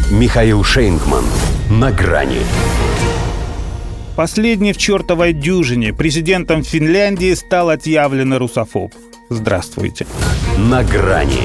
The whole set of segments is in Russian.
Михаил Шейнгман. На грани. Последний в чертовой дюжине президентом Финляндии стал отъявленный русофоб. Здравствуйте. На грани.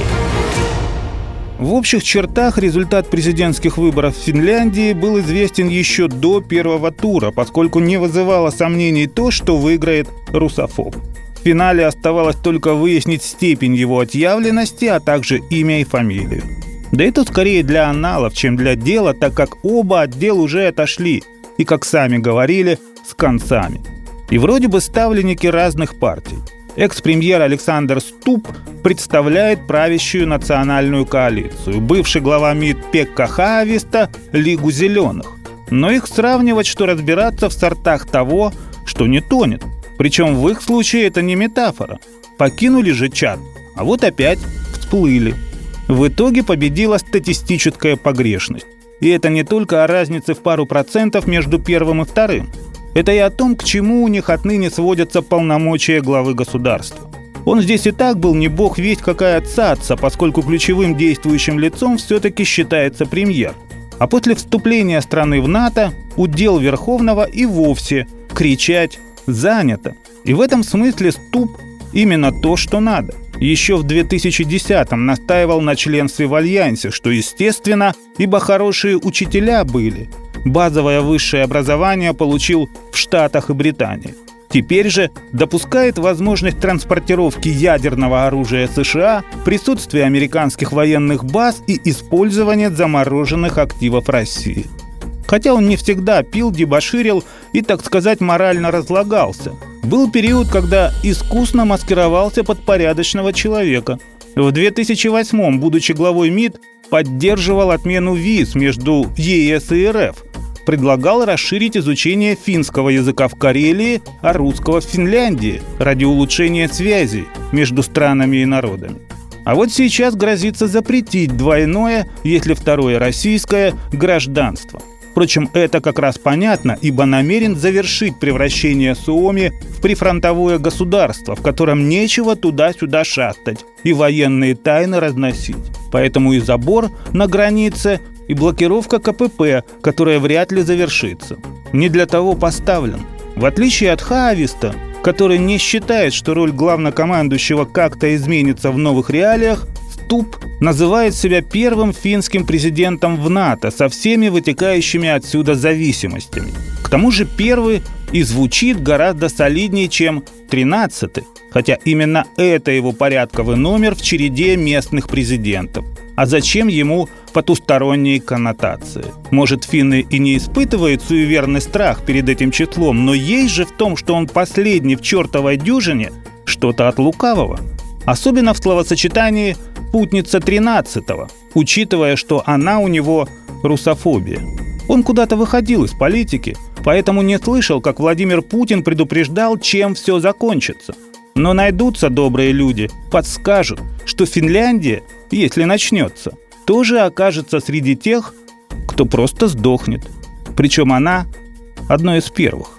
В общих чертах результат президентских выборов в Финляндии был известен еще до первого тура, поскольку не вызывало сомнений то, что выиграет русофоб. В финале оставалось только выяснить степень его отъявленности, а также имя и фамилию. Да и тут скорее для аналов, чем для дела, так как оба от дел уже отошли, и, как сами говорили, с концами. И вроде бы ставленники разных партий. Экс-премьер Александр Стуб представляет правящую национальную коалицию, бывший глава МИД Пекка Хааvisto – Лигу зеленых. Но их сравнивать, что разбираться в сортах того, что не тонет. Причем в их случае это не метафора. Покинули же чат, а вот опять всплыли. В итоге победила статистическая погрешность. И это не только о разнице в пару процентов между первым и вторым. Это и о том, к чему у них отныне сводятся полномочия главы государства. Он здесь и так был не бог весть какая цаца, поскольку ключевым действующим лицом все-таки считается премьер. А после вступления страны в НАТО удел Верховного и вовсе кричать «занято». И в этом смысле Стуб именно то, что надо. Еще в 2010-м настаивал на членстве в Альянсе, что естественно, ибо хорошие учителя были. Базовое высшее образование получил в Штатах и Британии. Теперь же допускает возможность транспортировки ядерного оружия США, присутствие американских военных баз и использование замороженных активов России. Хотя он не всегда пил, дебоширил и, так сказать, морально разлагался. Был период, когда искусно маскировался под порядочного человека. В 2008-м, будучи главой МИД, поддерживал отмену виз между ЕС и РФ. Предлагал расширить изучение финского языка в Карелии, а русского в Финляндии ради улучшения связей между странами и народами. А вот сейчас грозится запретить двойное, если второе российское, гражданство. Впрочем, это как раз понятно, ибо намерен завершить превращение Суоми в прифронтовое государство, в котором нечего туда-сюда шастать и военные тайны разносить. Поэтому и забор на границе, и блокировка КПП, которая вряд ли завершится. Не для того поставлен. В отличие от Хааvisto, который не считает, что роль главнокомандующего как-то изменится в новых реалиях, Стуб называет себя первым финским президентом в НАТО со всеми вытекающими отсюда зависимостями. К тому же первый и звучит гораздо солиднее, чем 13-й, хотя именно это его порядковый номер в череде местных президентов. А зачем ему потусторонние коннотации? Может, финны и не испытывают суеверный страх перед этим числом, но есть же в том, что он последний в чертовой дюжине, что-то от лукавого. Особенно в словосочетании «путница 13-го», учитывая, что она у него русофобия. Он куда-то выходил из политики, поэтому не слышал, как Владимир Путин предупреждал, чем все закончится. Но найдутся добрые люди, подскажут, что Финляндия, если начнется, тоже окажется среди тех, кто просто сдохнет. Причем она одной из первых.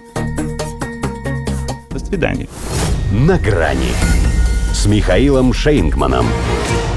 До свидания. На грани с Михаилом Шейнгманом.